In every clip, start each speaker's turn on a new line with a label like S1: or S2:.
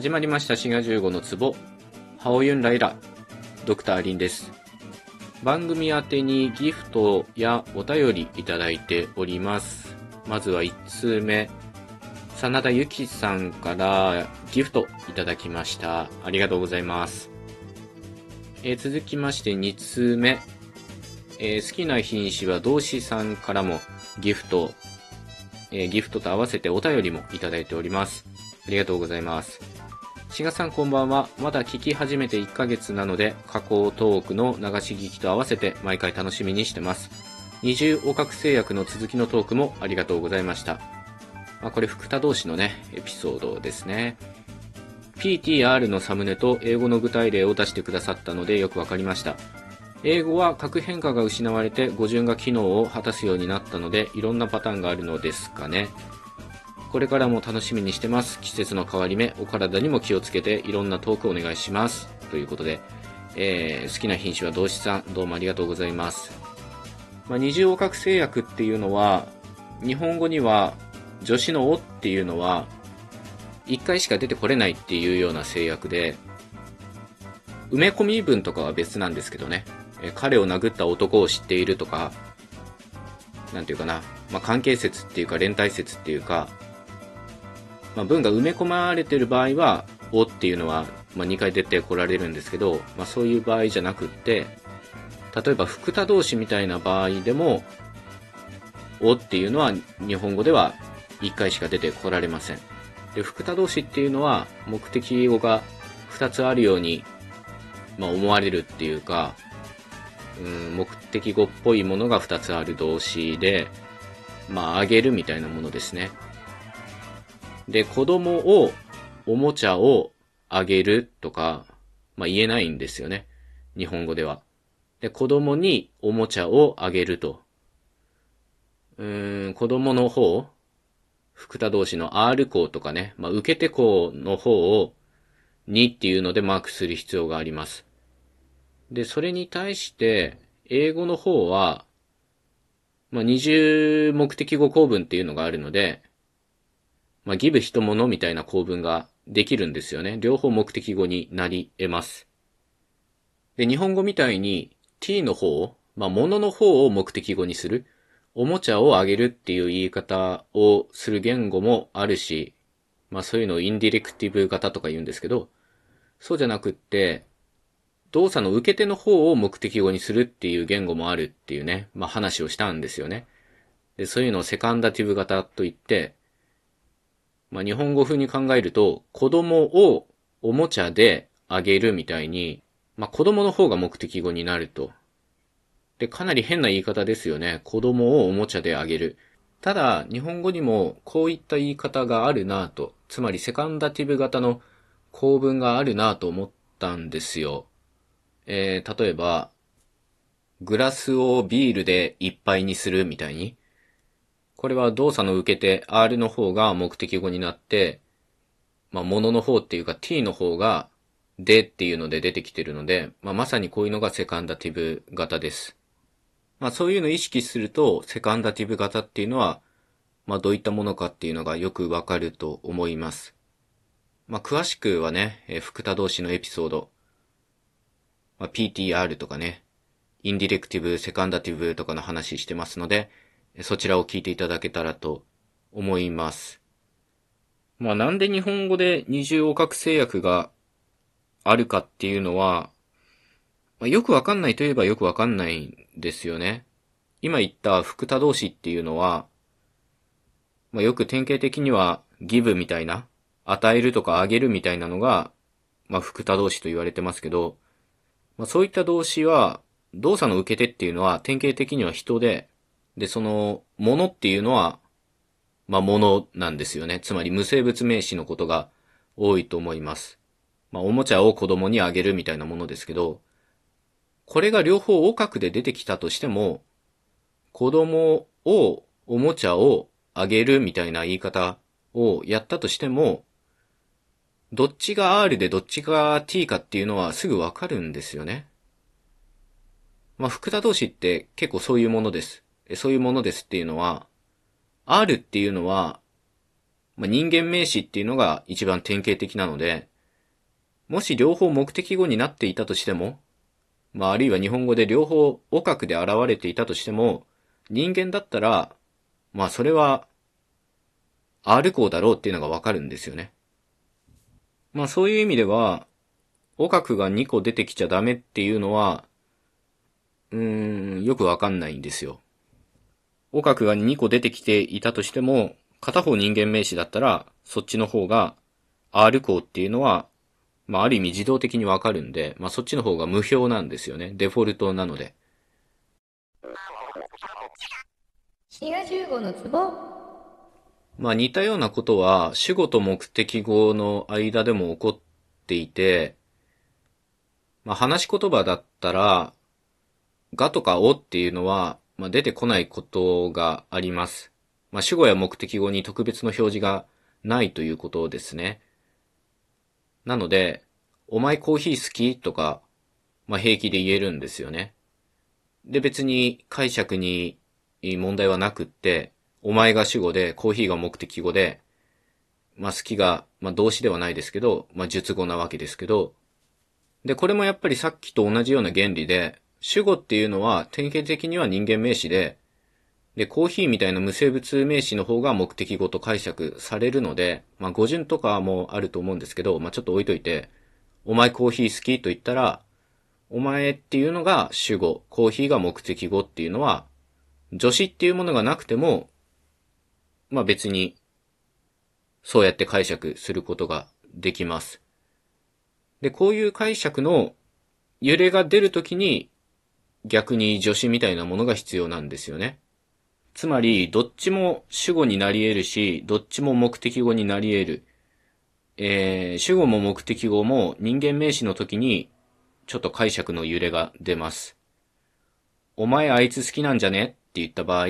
S1: 始まりました滋賀15の壺、ハオユンライラ、ドクターリンです。番組宛てにギフトやお便りいただいております。まずは1通目、真田ゆきさんからギフトいただきました。ありがとうございます。続きまして2通目、好きな品種は同志さんからもギフトと合わせてお便りもいただいております。ありがとうございます。志賀さんこんばんは。まだ聞き始めて1ヶ月なので、加工トークの流し聞きと合わせて毎回楽しみにしてます。二重横隔製薬の続きのトークもありがとうございました。これ福田同士のね、エピソードですね。PTR のサムネと英語の具体例を出してくださったのでよくわかりました。英語は核変化が失われて語順が機能を果たすようになったので、いろんなパターンがあるのですかね。これからも楽しみにしてます。季節の変わり目、お体にも気をつけていろんなトークお願いします。ということで、好きな品種は同志さん、どうもありがとうございます。二重横隔製薬っていうのは、日本語には助詞のおっていうのは1回しか出てこれないっていうような制約で、埋め込み文とかは別なんですけどね、彼を殴った男を知っているとか、なんていうかな、関係説っていうか連帯説っていうか、文が埋め込まれてる場合は、おっていうのは、2回出てこられるんですけど、そういう場合じゃなくって、例えば福田動詞みたいな場合でも、おっていうのは日本語では1回しか出てこられません。で、福田動詞っていうのは目的語が2つあるように、思われるっていうか、目的語っぽいものが2つある動詞で、あげるみたいなものですね。で、子供を、おもちゃをあげるとか、言えないんですよね。日本語では。で、子供におもちゃをあげると。子供の方、福田動詞の R 項とかね、受け手項の方をにっていうのでマークする必要があります。で、それに対して、英語の方は、二重目的語構文っていうのがあるので、give 人物みたいな構文ができるんですよね。両方目的語になり得ます。で、日本語みたいに t の方、物の方を目的語にする。おもちゃをあげるっていう言い方をする言語もあるし、そういうのをインディレクティブ型とか言うんですけど、そうじゃなくって、動作の受け手の方を目的語にするっていう言語もあるっていうね、話をしたんですよね。で、そういうのをセカンダティブ型といって、日本語風に考えると、子供をおもちゃであげるみたいに、子供の方が目的語になると。で、かなり変な言い方ですよね。子供をおもちゃであげる。ただ、日本語にもこういった言い方があるなぁと、つまりセカンダティブ型の構文があるなぁと思ったんですよ。例えば、グラスをビールでいっぱいにするみたいに、これは動作の受け手 R の方が目的語になって、物の方っていうか T の方がでっていうので出てきてるので、まさにこういうのがセカンダティブ型です。そういうのを意識すると、セカンダティブ型っていうのは、どういったものかっていうのがよくわかると思います。詳しくはね、福田動詞のエピソード、PTR とかね、インディレクティブ、セカンダティブとかの話してますので、そちらを聞いていただけたらと思います。なんで日本語で二重横隔製薬があるかっていうのは、よくわかんないといえばよくわかんないんですよね。今言った福田動詞っていうのは、よく典型的には give みたいな、与えるとかあげるみたいなのが、福田動詞と言われてますけど、そういった動詞は、動作の受け手っていうのは典型的には人で、その、ものっていうのは、ものなんですよね。つまり無生物名詞のことが多いと思います。おもちゃを子供にあげるみたいなものですけど、これが両方横隔で出てきたとしても、子供をおもちゃをあげるみたいな言い方をやったとしても、どっちが R でどっちが T かっていうのはすぐわかるんですよね。福田動詞って結構そういうものです。そういうものですっていうのは、R っていうのは、人間名詞っていうのが一番典型的なので、 もし両方目的語になっていたとしても、あるいは日本語で両方おかくで現れていたとしても、人間だったら、それは、R 項だろうっていうのがわかるんですよね。そういう意味では、おかくが2個出てきちゃダメっていうのは、よくわかんないんですよ。おかくが2個出てきていたとしても、片方人間名詞だったら、そっちの方が R 項っていうのは、ある意味自動的にわかるんで、そっちの方が無表なんですよね。デフォルトなので。
S2: 滋賀15のツボ。
S1: 似たようなことは主語と目的語の間でも起こっていて、話し言葉だったら、がとかおっていうのは、出てこないことがあります。主語や目的語に特別の表示がないということですね。なので、お前コーヒー好きとか、平気で言えるんですよね。で、別に解釈に問題はなくって、お前が主語で、コーヒーが目的語で、好きが、動詞ではないですけど、述語なわけですけど、で、これもやっぱりさっきと同じような原理で、主語っていうのは典型的には人間名詞で、コーヒーみたいな無生物名詞の方が目的語と解釈されるので、語順とかもあると思うんですけど、ちょっと置いといて、お前コーヒー好きと言ったら、お前っていうのが主語、コーヒーが目的語っていうのは、助詞っていうものがなくても、別に、そうやって解釈することができます。で、こういう解釈の揺れが出るときに、逆に助詞みたいなものが必要なんですよね。つまり、どっちも主語になり得るし、どっちも目的語になり得る。主語も目的語も人間名詞の時に、ちょっと解釈の揺れが出ます。お前あいつ好きなんじゃねって言った場合、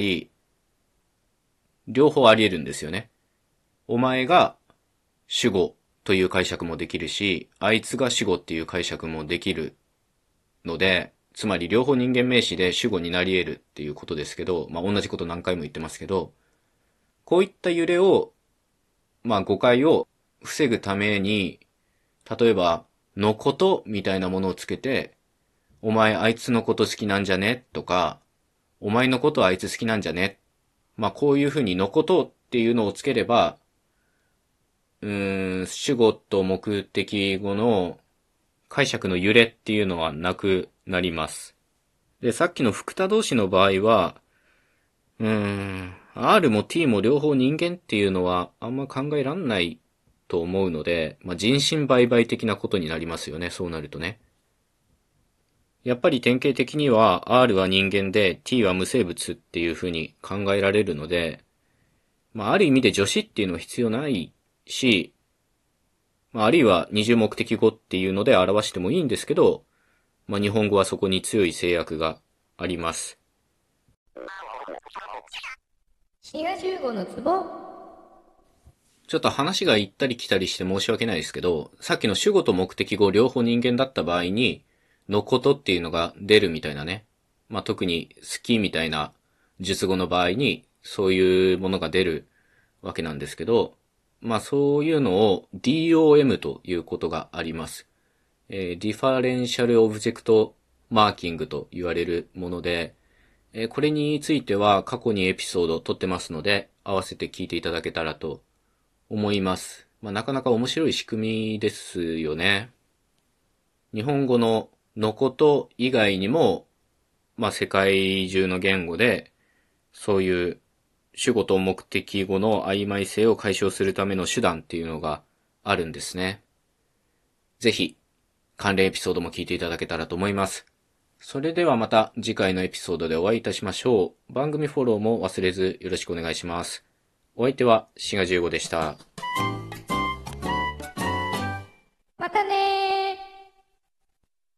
S1: 両方あり得るんですよね。お前が主語という解釈もできるし、あいつが主語っていう解釈もできるので、つまり両方人間名詞で主語になり得るっていうことですけど、同じこと何回も言ってますけど、こういった揺れを、誤解を防ぐために、例えば、のことみたいなものをつけて、お前あいつのこと好きなんじゃねとか、お前のことあいつ好きなんじゃねこういうふうにのことっていうのをつければ、主語と目的語の解釈の揺れっていうのはなくなります。で、さっきの副多動詞の場合は、R も T も両方人間っていうのはあんま考えらんないと思うので、人身売買的なことになりますよね、そうなるとね。やっぱり典型的には R は人間で T は無生物っていう風に考えられるので、ある意味で助詞っていうのは必要ないし、あるいは二重目的語っていうので表してもいいんですけど、日本語はそこに強い制約があります。
S2: 滋賀15のツボ。
S1: ちょっと話が行ったり来たりして申し訳ないですけど、さっきの主語と目的語両方人間だった場合に、のことっていうのが出るみたいなね。特に好きみたいな述語の場合に、そういうものが出るわけなんですけど、そういうのを DOM ということがあります。ディファレンシャルオブジェクトマーキングと言われるもので、これについては過去にエピソードを撮ってますので、合わせて聞いていただけたらと思います。なかなか面白い仕組みですよね。日本語ののこと以外にも、世界中の言語で、そういう主語と目的語の曖昧性を解消するための手段っていうのがあるんですね。ぜひ、関連エピソードも聞いていただけたらと思います。それではまた次回のエピソードでお会いいたしましょう。番組フォローも忘れずよろしくお願いします。お相手は、しが15でした。